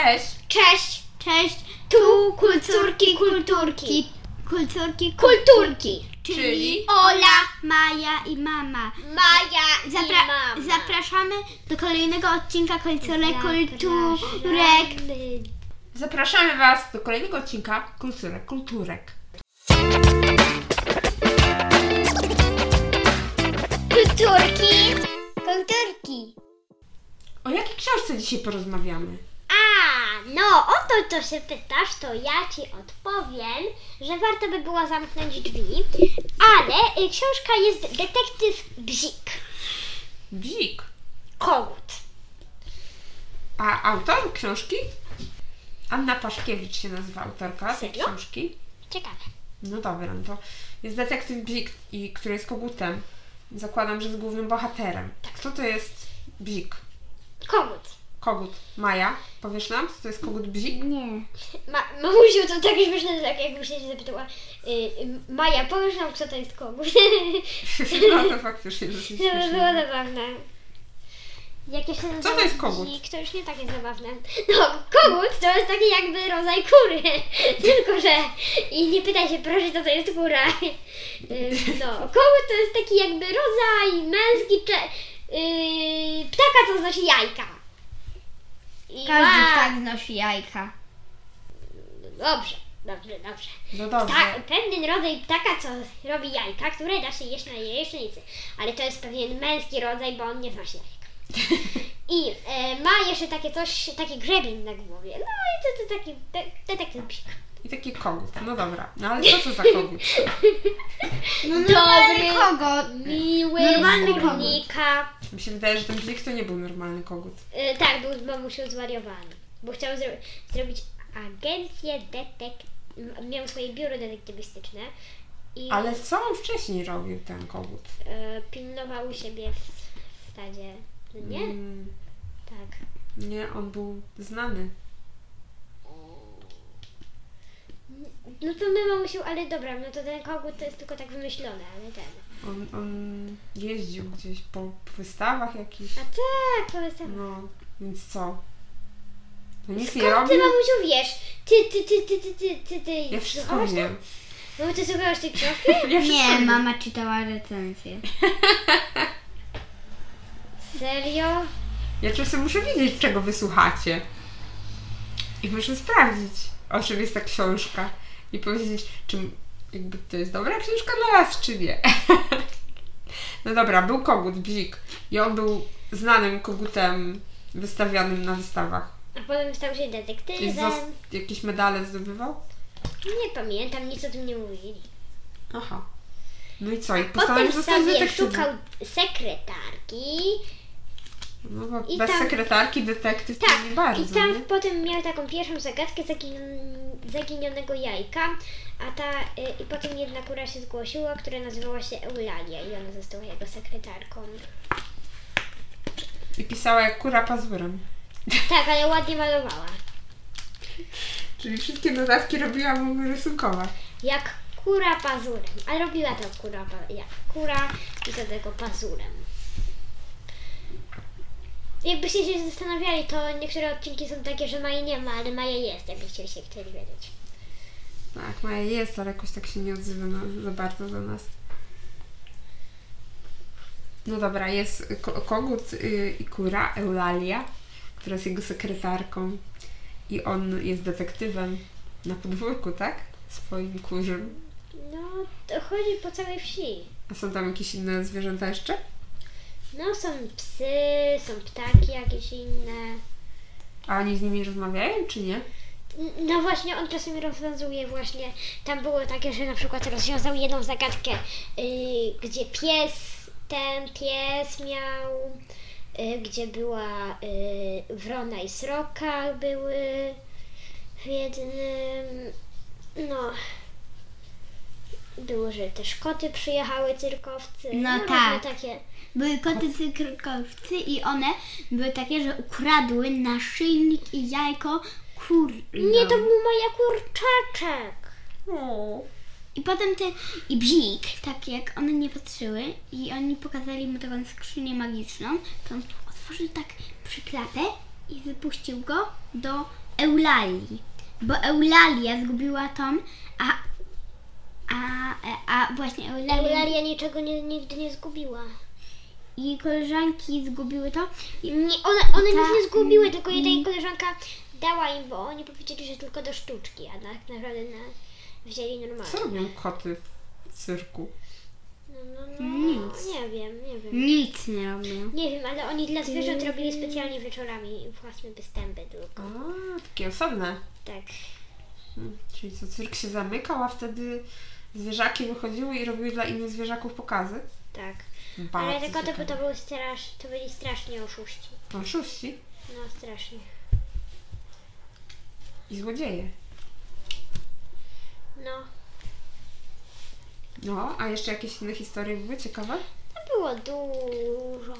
Cześć! Cześć! Cześć! Tu kulturki. Czyli Ola, Maja i mama. Maja i mama. Zapraszamy do kolejnego odcinka Kulturek. zapraszamy Was do kolejnego odcinka Kulturek. Kulturki. O jakiej książce dzisiaj porozmawiamy? No o to się pytasz, to ja Ci odpowiem, że warto by było zamknąć drzwi, ale książka jest Detektyw Bzik. Bzik. Kogut. A autor książki? Anna Paszkiewicz się nazywa autorka tej Serio? książki. Ciekawe. No dobra, no to jest detektyw Bzik, który jest kogutem. Zakładam, że jest głównym bohaterem. Kto to jest Bzik? Kogut. Kogut. Maja, powiesz nam, co to jest kogut Bzik? Nie. Mamusiu, to tak śmieszne, tak jakby się zapytała Maja, powiesz nam, co to jest kogut? No to faktycznie dosyć To by było śmieszne. zabawne. Jak jeszcze Co to jest kogut? Bzik, to już nie takie zabawne. No, kogut to jest taki jakby rodzaj kury. Tylko, że... I nie pytaj się proszę, co to jest kura. No, kogut to jest taki jakby rodzaj męski ptaka, co znosi jajka. I Każdy ptak znosi jajka. Dobrze. No dobrze. Pewien rodzaj ptaka, co robi jajka, które da się jeść na jajecznicy. Ale to jest pewien męski rodzaj, bo on nie znosi jajka. I ma jeszcze taki grzebień na głowie. No i to taki detektyw Bzik. I taki kogut. No dobra. No ale co to za kogut? No normalny kogut. Miły, Normalny skórnika. Mi się wydaje, że ten Bzik to nie był normalny kogut. Tak, był mamusią zwariowany. Bo chciał zrobić agencję miał swoje biuro detektywistyczne. I Ale co on wcześniej robił, ten kogut? pilnował u siebie w stadzie. No nie? Tak. Nie, on był znany. No to my mamusiu, ale dobra, no to ten kogut to jest tylko tak wymyślone, ale ten. On jeździł gdzieś po wystawach jakichś. A tak, powiedz. No, więc co? No nic nie Skąd robił? ty mamusiu wiesz? Ty. Ja wszystko słuchałaś to? wiem. No ty słuchałaś tej książki? Ja wszystko Nie, wiem. mama czytała recenzję. Serio? Ja czasem muszę wiedzieć, czego wysłuchacie. I muszę sprawdzić, o czym jest ta książka. I powiedzieć, czy jakby to jest dobra książka dla Was, czy nie. No dobra, był kogut Bzik. I on był znanym kogutem wystawianym na wystawach. A potem stał się I detektywem. jakieś medale zdobywał? Nie pamiętam, nic o tym nie mówili. Aha. No i co? I Potem postanowił zostać sobie detektywem. szukał sekretarki. No bo I bez tam- sekretarki detektyw to Tak, nie bardzo, i tam nie? potem miał taką pierwszą zagadkę zaginionego jajka, i potem jedna kura się zgłosiła, która nazywała się Eulalia i ona została jego sekretarką. I pisała jak kura pazurem. Tak, ale ładnie malowała. Czyli wszystkie notatki robiła mu rysunkowa. Jak kura pazurem, a robiła to jak kura i do tego pazurem. Jakbyście się zastanawiali, to niektóre odcinki są takie, że Maji nie ma, ale Maja jest, jakbyście się chcieli wiedzieć. Tak, Maja jest, ale jakoś tak się nie odzywa za bardzo do nas. No dobra, jest kogut i kura, Eulalia, która jest jego sekretarką. I on jest detektywem na podwórku, tak? Swoim kurzym. No, to chodzi po całej wsi. A są tam jakieś inne zwierzęta jeszcze? No, są psy, są ptaki jakieś inne. A oni z nimi rozmawiają, czy nie? No właśnie, on czasami rozwiązuje właśnie, tam było takie, że na przykład rozwiązał jedną zagadkę, gdzie ten pies miał, gdzie była wrona i sroka były w jednym, no, było, że też koty przyjechały, cyrkowcy, No różne tak. takie. Były koty cykrkowcy i one były takie, że ukradły naszyjnik i jajko kur. Nie, to był Maja Kurczaczek. I potem i Bzik, tak jak one nie patrzyły i oni pokazali mu taką skrzynię magiczną, to on otworzył tak przyklapę i wypuścił go do Eulalii. Bo Eulalia zgubiła Tom, a właśnie Eulalia niczego nigdy nie zgubiła. i koleżanki zgubiły to. Nie, one nic nie zgubiły, tylko jej koleżanka dała im, bo oni powiedzieli, że tylko do sztuczki, a tak naprawdę wzięli normalnie. Co robią koty w cyrku? Nic. Nie wiem. Nic nie robią. Nie wiem, ale oni dla zwierząt robili specjalnie wieczorami własne występy tylko. A, takie osobne. Tak. Czyli co, cyrk się zamykał, a wtedy zwierzaki wychodziły i robiły dla innych zwierzaków pokazy? Tak. Bardzo Ale te koty ciekawe. to byli strasznie oszuści. Oszuści No strasznie. i złodzieje. No. No, a jeszcze jakieś inne historie były ciekawe? Tam było dużo.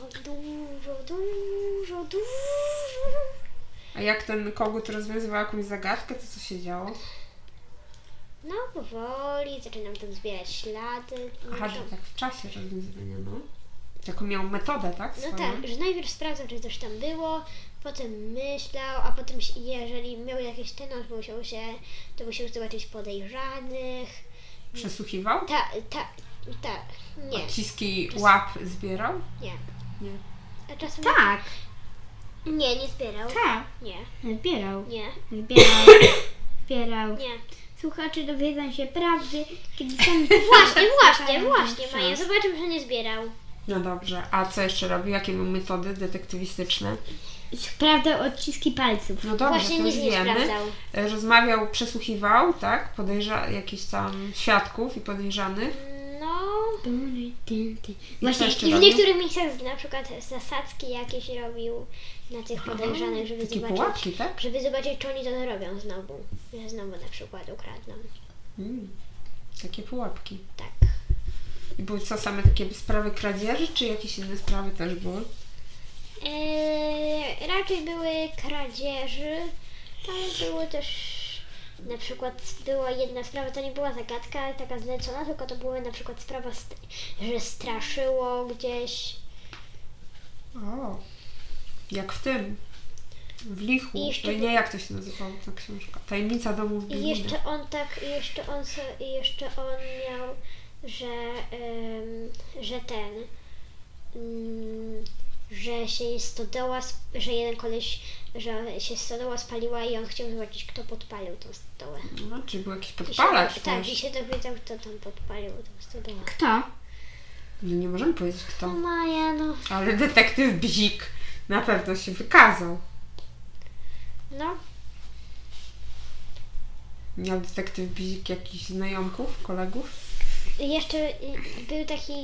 A jak ten kogut rozwiązywał jakąś zagadkę, to co się działo? No powoli zaczynam tam zbierać ślady. Aha, że tak w czasie rozwiązywania, no. Taką miał metodę, tak? No Swoją? tak, że najpierw sprawdzał, czy coś tam było, potem myślał, a potem jeżeli miał jakieś ten, to musiał zobaczyć podejrzanych. Przesłuchiwał? Nie, Odciski łap zbierał? nie. Nie. A czasem Tak, nie zbierał. tak. Nie, Zbierał. nie, Zbierał. nie. Słuchacze dowiedzą się prawdy, kiedy sami Właśnie, Maja, zobaczymy, że nie zbierał. No dobrze, a co jeszcze robił? Jakie były metody detektywistyczne? Sprawdzał odciski palców. No dobrze, Właśnie to już nic nie wiemy. sprawdzał. Rozmawiał, przesłuchiwał, tak? Jakichś tam świadków i podejrzanych. No. Właśnie jeszcze I w robił? niektórych miejscach na przykład zasadzki jakieś robił na tych podejrzanych, żeby Takie zobaczyć, pułapki, tak? czy oni to robią znowu. Że znowu na przykład ukradną. Takie pułapki. Tak. I były co, same takie sprawy kradzieży, czy jakieś inne sprawy też były? Raczej były kradzieży, ale były też na przykład była jedna sprawa, to nie była zagadka taka zlecona, tylko to była na przykład sprawa, że straszyło gdzieś. O, jak w tym, w Lichu. I jeszcze- Nie, jak to się nazywało ta książka? Tajemnica domu w I Bielinie. jeszcze on miał, że się stodoła, że jeden koleś, że się stodoła spaliła i on chciał zobaczyć, kto podpalił tą stodołę. No, czy był jakiś I podpalacz tak, też? i się dowiedział, kto tam podpalił tą stodołę. Kto? No, nie możemy powiedzieć kto. No Maja, no. Ale detektyw Bzik na pewno się wykazał. No, Miał detektyw Bzik jakichś znajomków, kolegów? jeszcze był taki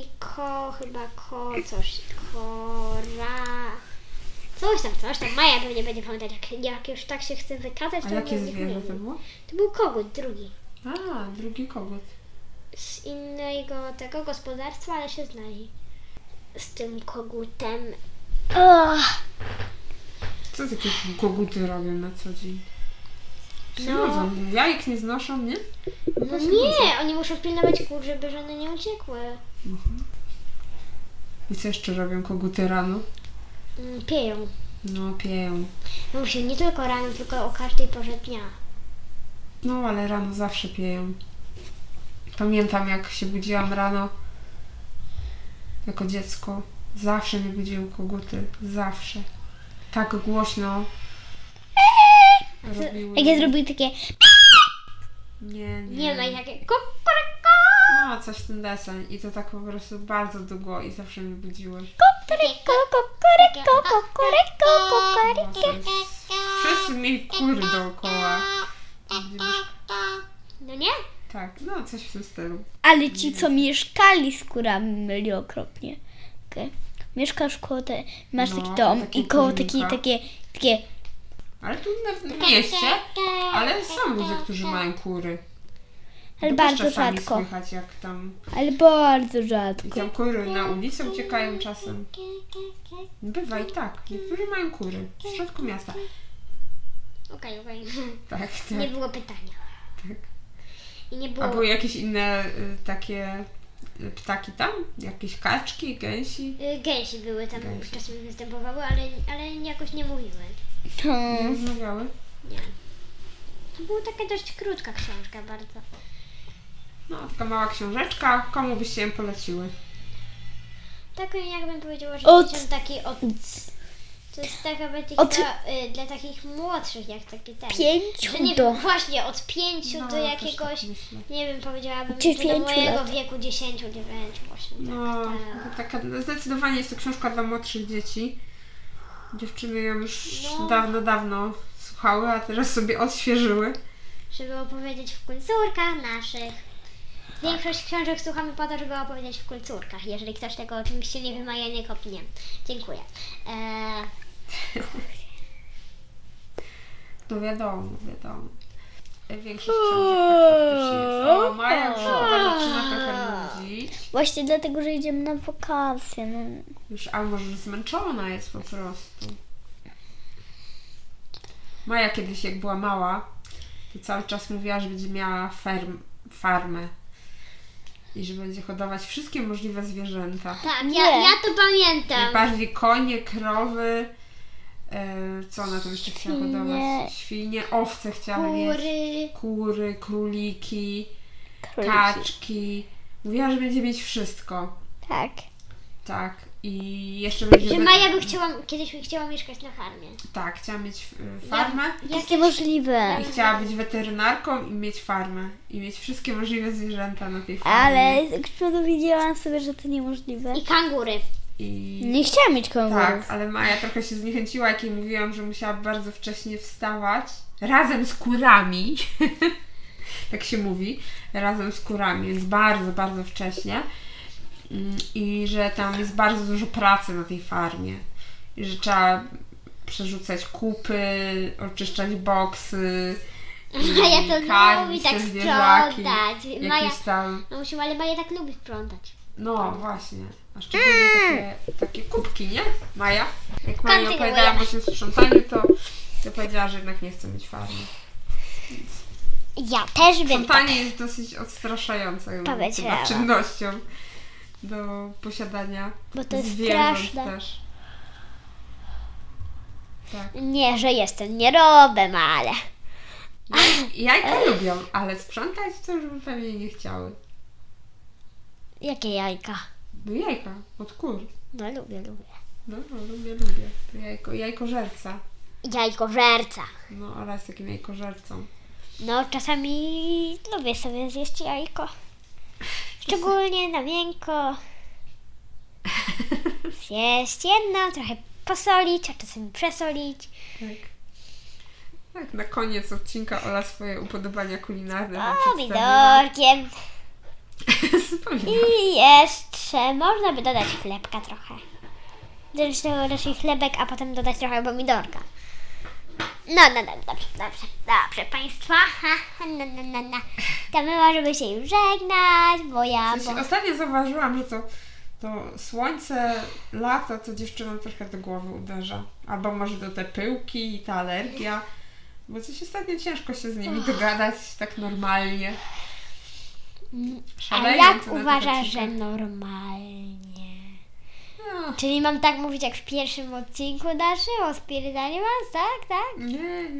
coś tam, Maja pewnie będzie pamiętać, jak już tak się chce wykazać, A to jakie nie zwierzę to wiem. było? To był kogut drugi. A, drugi kogut. Z innego tego gospodarstwa, ale się znali. Z tym kogutem. Co takie koguty robią na co dzień? Się No. nudzą. Jajek nie znoszą, nie? No nie, oni muszą pilnować kur, żeby żadne nie uciekły. I co jeszcze robią koguty rano? Pieją. No, pieją. No musi nie tylko rano, tylko o każdej porze dnia. No, ale rano zawsze pieją. Pamiętam, jak się budziłam rano jako dziecko. Zawsze mnie budziły koguty. Zawsze. Tak głośno robiły. Jak ja zrobił takie... Nie. Nie ma takie kukuryku. No, coś w ten deseń. I to tak po prostu bardzo długo i zawsze mnie budziły. Wszyscy mieli kury dookoła. No nie? Tak, no coś w tym stylu. Ale ci, co mieszkali z kurami, myli okropnie. Okay. Mieszkasz koło masz No, taki dom takie i koło kurnika. takie Ale tu w mieście, ale są ludzie, którzy mają kury. ale To też bardzo czasami rzadko. słychać, jak tam Ale bardzo i rzadko. tam kury na ulicy uciekają czasem. Bywa i tak. Niektórzy mają kury w środku miasta. Okej. Tak, Nie tak. było pytania. Tak. I nie było... A były jakieś inne takie ptaki tam? Jakieś kaczki, gęsi? Gęsi były tam, Gęsi. czasem występowały, ale jakoś nie mówiły. Nie rozmawiały? Nie. To była taka dość krótka książka bardzo. No, taka mała książeczka. Komu byście ją poleciły? Taką jakbym powiedziała, że Od- dzieciom taki to jest taka będzie Od- dla takich młodszych, jak taki ten. 5 Że nie do... wiem, właśnie od 5 No, do też jakiegoś, tak myślę. nie wiem, powiedziałabym, Czy do 5 mojego lat. wieku 10, 9 właśnie. No, tak. taka, zdecydowanie jest to książka dla młodszych dzieci. Dziewczyny ją już No. dawno słuchały, a teraz sobie odświeżyły. Żeby opowiedzieć w kulturkach naszych. Większość książek słuchamy po to, żeby opowiedzieć w kulturkach. Jeżeli ktoś tego oczywiście nie wie, ja nie kopnie. Dziękuję. No wiadomo. Większość książek tak faktycznie jest. O, Maja już chyba zaczyna trochę nudzić. Właśnie dlatego, że idziemy na wakacje. No. Już albo już zmęczona jest po prostu. Maja kiedyś, jak była mała, to cały czas mówiła, że będzie miała farmę. I że będzie hodować wszystkie możliwe zwierzęta. Tak, Nie. ja to pamiętam. Najbardziej konie, krowy, co ona tam jeszcze chciała Świnie. hodować? Świnie, owce chciała mieć. Kury, króliki, kaczki. Mówiła, że będzie mieć wszystko. Tak. Tak. I jeszcze będzie... Że Maja kiedyś chciała mieszkać na farmie. Tak, chciała mieć farmę. To jest niemożliwe. I chciała być weterynarką i mieć farmę. I mieć wszystkie możliwe zwierzęta na tej farmie. Ale dowiedziałam sobie, że to niemożliwe. I kangury. I... Nie chciałam mieć kangurów. Tak, ale Maja trochę się zniechęciła, jak jej mówiłam, że musiała bardzo wcześnie wstawać. Razem z kurami. Tak się mówi. Razem z kurami. Więc bardzo wcześnie. I że tam jest bardzo dużo pracy na tej farmie. I że trzeba przerzucać kupy, oczyszczać boksy. Maja to karmić lubi tak te zwierzaki, sprzątać. Maja, jakieś tam... no musimy, ale Maja tak lubi sprzątać. No właśnie. A szczególnie takie kubki, nie? Maja? Jak Maja Kontynuuję. opowiadałam o tym sprzątaniu, to powiedziała, że jednak nie chce mieć farmy. Ja też bym tak. Sprzątanie jest dosyć odstraszającą Powiedziała. chyba czynnością do posiadania Bo to jest zwierząt straszne. też. Tak. Nie, że jestem nierobem, ale... Jajka lubią, ale sprzątać to już by pewnie nie chciały. Jakie jajka? No jajka, od kur. No lubię. No, lubię. To jajkożerca. Jajkożerca. No, Ola jest takim jajkożercą. No czasami lubię sobie zjeść jajko. Szczególnie na miękko. Zjeść jedno, trochę posolić, a czasami przesolić. Tak, na koniec odcinka Ola swoje upodobania kulinarne nam przedstawiła. Pomidorkiem. Z pomidorkiem. I jeszcze można by dodać chlebka trochę. Zresztą raczej chlebek, a potem dodać trochę pomidorka. No, dobrze Państwa. No. To my możemy się już żegnać, bo Ostatnio zauważyłam, że to słońce, lato to dziewczynom trochę do głowy uderza. Albo może do te pyłki i ta alergia. Bo coś ostatnio ciężko się z nimi dogadać tak normalnie. A Szaleją jak tu na uważasz, tych że odcinkach. normalnie? No, Czyli mam tak mówić jak w pierwszym odcinku naszym o spirytanie was, tak? nie.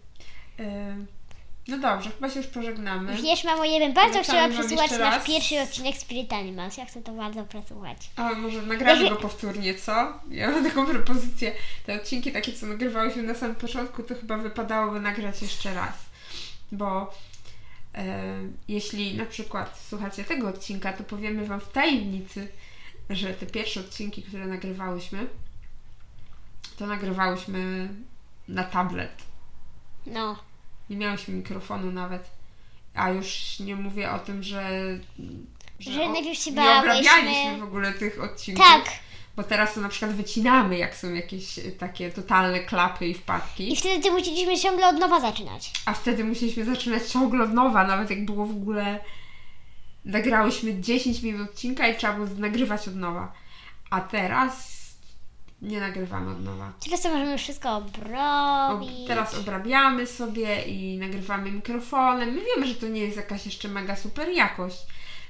No dobrze, chyba się już pożegnamy. Wiesz, mamo, ja bym bardzo Obiecamy chciała wam przesłuchać jeszcze nasz raz. pierwszy odcinek Spirit Animals. Ja chcę to bardzo przesłuchać. A może nagramy go powtórnie, co? Ja mam taką propozycję. Te odcinki takie, co nagrywałyśmy na samym początku, to chyba wypadałoby nagrać jeszcze raz. Bo jeśli na przykład słuchacie tego odcinka, to powiemy Wam w tajemnicy, że te pierwsze odcinki, które nagrywałyśmy, to nagrywałyśmy na tablet. No. Nie miałyśmy mikrofonu nawet. A już nie mówię o tym, że najpierw się nie bałyśmy. obrabialiśmy w ogóle tych odcinków. Tak. Bo teraz to na przykład wycinamy, jak są jakieś takie totalne klapy i wpadki. I wtedy musieliśmy ciągle od nowa zaczynać. A wtedy musieliśmy zaczynać ciągle od nowa, nawet jak było w ogóle... Nagrałyśmy 10 minut odcinka i trzeba było nagrywać od nowa. A teraz nie nagrywamy od nowa. Teraz to możemy wszystko obrobić. Teraz obrabiamy sobie i nagrywamy mikrofonem. My wiemy, że to nie jest jakaś jeszcze mega super jakość.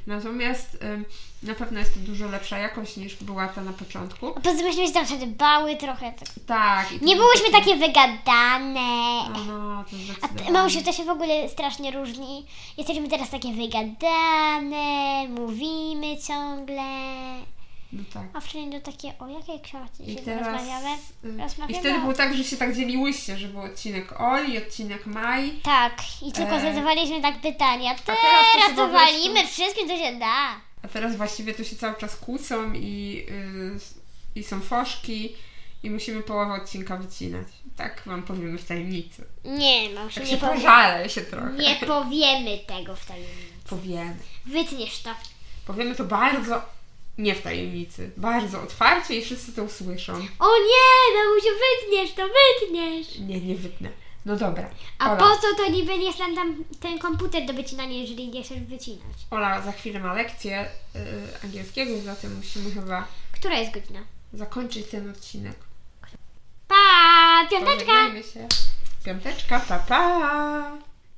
Natomiast na pewno jest to dużo lepsza jakość niż była ta na początku. A poza tym myśmy się tam wtedy bały trochę. Tak. Tak. I to Nie było byłyśmy takie wygadane. No, to A zdecydowanie. mamusiu, to się w ogóle strasznie różni. Jesteśmy teraz takie wygadane, mówimy ciągle. No tak. A wcześniej to takie, o jakiej książce I się teraz... rozmawiamy? I wtedy było tak, że się tak dzieliłyście, że był odcinek Oli, odcinek Mai. Tak, i tylko zadawaliśmy tak pytania. teraz to się Teraz po to walimy wszystkim, co się da. A teraz właściwie to się cały czas kłócą i są foszki i musimy połowę odcinka wycinać. Tak wam powiemy w tajemnicy. Nie, mamusiu, Tak nie się powiemy. pożalę się trochę. Nie powiemy tego w tajemnicy. Powiemy. Wytniesz to. Powiemy to bardzo, nie w tajemnicy, bardzo otwarcie i wszyscy to usłyszą. O nie, mamusiu, wytniesz to, wytniesz. Nie wytnę. No dobra. A Ola, po co to niby jest tam ten komputer do wycinania, jeżeli nie chcesz wycinać? Ola za chwilę ma lekcję angielskiego, zatem musimy chyba Która jest godzina? zakończyć ten odcinek. Pa! Piąteczka! Pożegnajmy się. Piąteczka, pa pa!